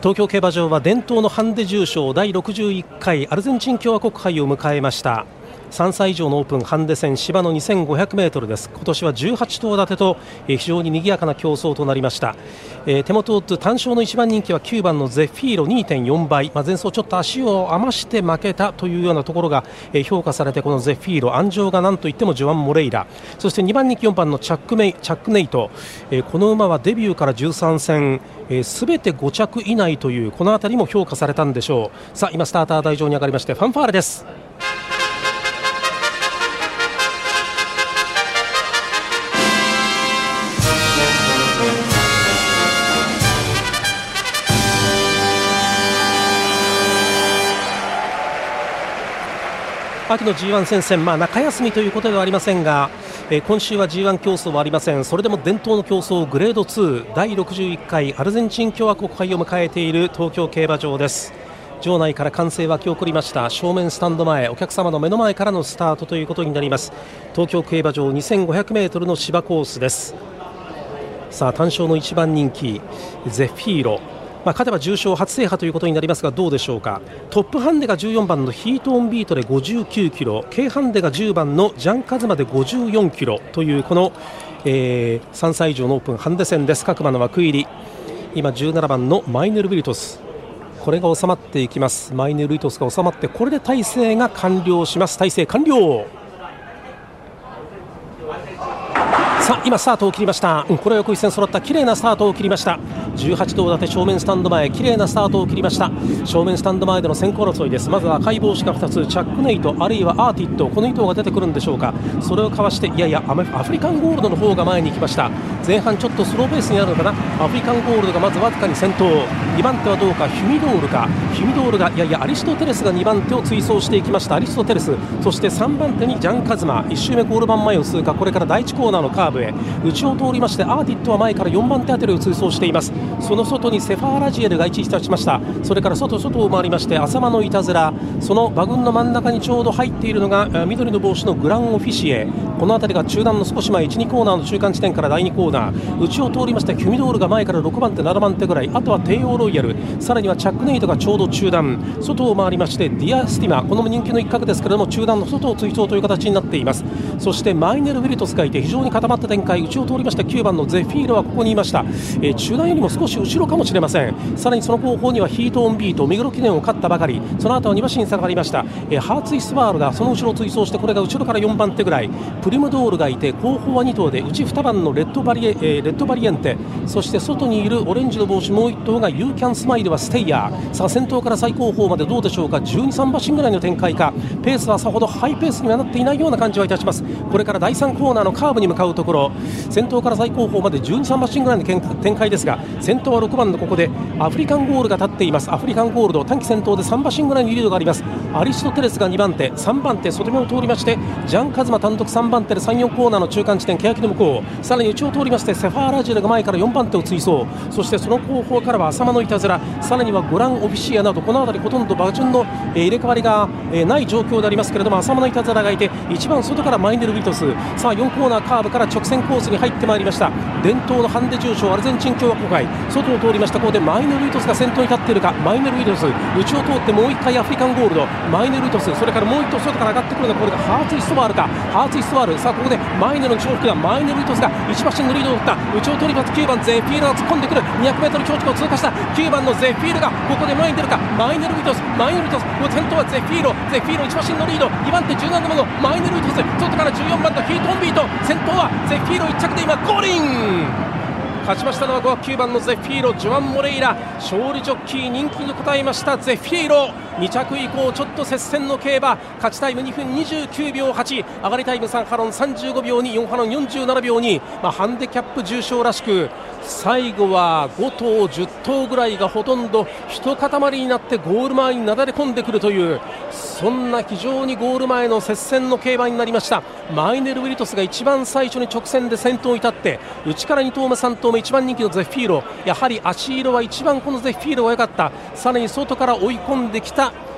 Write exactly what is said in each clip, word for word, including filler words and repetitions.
東京競馬場は伝統のハンデ重賞だいろくじゅういっかいアルゼンチン共和国杯を迎えました。さんさい以上のオープンハンデ戦芝の にせんごひゃくメートル です。今年はじゅうはちとう立てと、えー、非常に賑やかな競争となりました。えー、手元を打つ単勝のいちばん人気はきゅうばんのゼフィーロ にてんよんばい、まあ、前走ちょっと足を余して負けたというようなところが、えー、評価されて、このゼフィーロ安城がなんといってもジョアン・モレイラ、そしてにばん人気よんばんのチャックメイチャックネイト、えー、この馬はデビューからじゅうさんせんすべ、えー、てご着以内というこの辺りも評価されたんでしょう。さあ今スターター台上に上がりましてファンファーレです。秋の ジーワン 戦線、まあ、中休みということではありませんが、えー、今週は ジーワン 競争はありません。それでも伝統の競争グレードツーだいろくじゅういっかいアルゼンチン共和国杯を迎えている東京競馬場です。場内から歓声は沸き起こりました。正面スタンド前、お客様の目の前からのスタートということになります。東京競馬場 にせんごひゃくメートル の芝コースです。さあ単勝のいちばん人気ゼフィーロ、まあ、勝てば重賞初制覇ということになりますが、どうでしょうか。トップハンデがじゅうよんばんのヒートオンビートでごじゅうきゅうキロ、軽ハンデがじゅうばんのジャンカズマでごじゅうよんキロというこの、えー、さんさい以上のオープンハンデ戦です。各馬の枠入り、今じゅうななばんのマイネル・ビルトス、これが収まっていきます。マイネル・ビルトスが収まって、これで体制が完了します。体制完了。さあ今スタートを切りました、うん、これは横一線揃った綺麗なスタートを切りました。じゅうはちとう立て正面スタンド前、綺麗なスタートを切りました。正面スタンド前での先行争いです。まずは赤い帽子がふたつ、チャックネイトあるいはアーティット、このに頭が出てくるんでしょうか。それをかわして、いやいやアフリカンゴールドの方が前に行きました。前半ちょっとスローペースになるのかな。アフリカンゴールドがまずわずかに先頭、にばん手はどうか、ヒュミドールか、ヒュミドールがいやいやアリストテレスがにばん手を追走していきました。アリストテレス、そしてさんばん手にジャンカズマ、いっ周目ゴール板前を通過、これからだいいちコーナーのカーブへ内を通りまして、アーティットは前からよんばん手あたりを追走しています。その外にセファーラジエルが位置いたしました。それから外外を回りまして浅間のいたずら、その馬群の真ん中にちょうど入っているのが緑の帽子のグランオフィシエ、この辺りが中段の少し前 いちにコーナーの中間地点からだいにコーナー、内を通りましてキュミドールが前からろくばん手ななばん手ぐらい、あとは帝王ロイヤル、さらにはチャックネイトがちょうど中段、外を回りましてディアスティマ、この人気の一角ですけれども中段の外を追走という形になっています。そしてマイネル・ウィルトスがいて非常に固まった展開、内を通りましてきゅうばんのゼフィーロはここにいました。えー、中段よりも少し後ろかもしれません。さらにその後方にはヒートオンビート、目黒記念を勝ったばかり、その後はに馬身差がありました。えー、ハーツイスワールがその後ろを追走して、これが後ろからよんばん手ぐらい、プリムドールがいて後方はに頭で、内にばんのレッドバリエ、えー、レッドバリエンテ、そして外にいるオレンジの帽子もういっ頭がユーキャンスマイルはステイヤー。さあ先頭から最後方までどうでしょうか。じゅうに、さん馬身ぐらいの展開か。ペースはさほどハイペースにはなっていないような感じはいたします。これからだいさんコーナーのカーブに向かうところ、先頭から最後方までじゅうに、さん馬身ぐらいの展開ですが、先頭はろくばんのここでアフリカンゴールが立っています。アフリカンゴールド短期先頭でさん馬身ぐらいのリードがあります。アリストテレスがにばん手、さんばん手外目を通りまして、ジャンカズマ単独さんばん手でさん、よんコーナーの中間地点、欅の向こう、さらに内を通りましてセファーラジエルが前からよんばん手を追走、そしてその後方からは浅間のいたずら、さらにはゴランオフィシアなど、この辺りほとんど馬順の、えー、入れ替わりが、えー、ない状況でありますけれども、浅間のいたずらがいていちばん外からマイネル・ビトス、さあよんコーナーカーブから直線コースに入ってまいりました。伝統のハンデ重賞アルゼンチン共和国杯、外を通りました。ここでマイネル・ビトスが先頭に立っているか。マイネル・ビトス、内を通ってもういっかいアフリカンゴールド、マイネル・ビトス、それからもういっ頭外から上がってくるのがこれがハーツイスワールか。ハーツイスワール、さあここでマイネルの重複がマイネル・ビトスがいち馬身のリードを取った。内を通りますきゅうばんゼフィールが突っ込んでくる。 にひゃくメートル 強地を通過したきゅうばんのゼフィールがここで前に出るか。マイネル・ビトス、マイネル・ビトス、先頭はゼフィーロ、ゼフィーロいち馬身のリード、にばん手じゅうななばんのマイネル・ビトス、外からじゅうよんばんのヒートオンビート、先頭はゼフィーロいっ着で今ゴールイン。勝ちましたのはごばんきゅうばんのゼフィーロ、ジョアン・モレイラ、勝利ジョッキー人気に応えましたゼフィーロ。に着以降ちょっと接戦の競馬、勝ちタイムにふんにじゅうきゅうびょうはち、上がりタイムさんハロンさんじゅうごびょうに、よんハロンよんじゅうななびょうに、まあ、ハンデキャップ重賞らしく最後はご頭じゅっ頭ぐらいがほとんど一塊になってゴール前になだれ込んでくるという、そんな非常にゴール前の接戦の競馬になりました。マイネル・ウィルトスが一番最初に直線で先頭に立って、内からに頭目さん頭目いちばん人気のゼフィーロ、やはり足色は一番このゼフィーロが良かった。さらに外から追い込んできた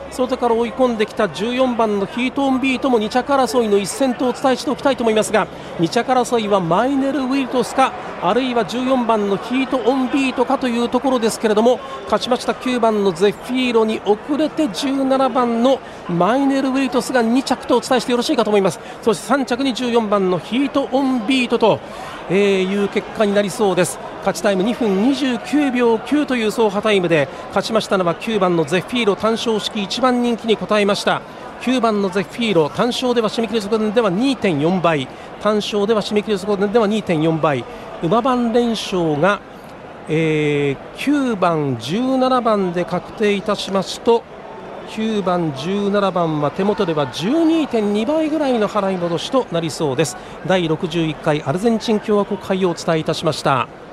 外から追い込んできたじゅうよんばんのヒートオンビートもに着争いの一戦とお伝えしておきたいと思いますが、に着争いはマイネル・ウィルトスか、あるいはじゅうよんばんのヒートオンビートかというところですけれども、勝ちましたきゅうばんのゼフィーロに遅れてじゅうななばんのマイネル・ウィルトスがに着とお伝えしてよろしいかと思います。そしてさん着にじゅうよんばんのヒートオンビートと、えー、いう結果になりそうです。勝ちタイムにふんにじゅうきゅうびょうきゅうという走破タイムで勝ちましたのはきゅうばんのゼフィーロ、単勝式いちばん人気に応えました。きゅうばんのゼフィーロ、単勝では締め切り速度では にてんよん 倍、単勝では締め切り速度では にてんよん 倍、馬番連勝が、えー、きゅうばんじゅうななばんで確定いたしますと、きゅうばんじゅうななばんは手元では じゅうにてんに 倍ぐらいの払い戻しとなりそうです。だいろくじゅういっかいアルゼンチン共和国杯をお伝えいたしました。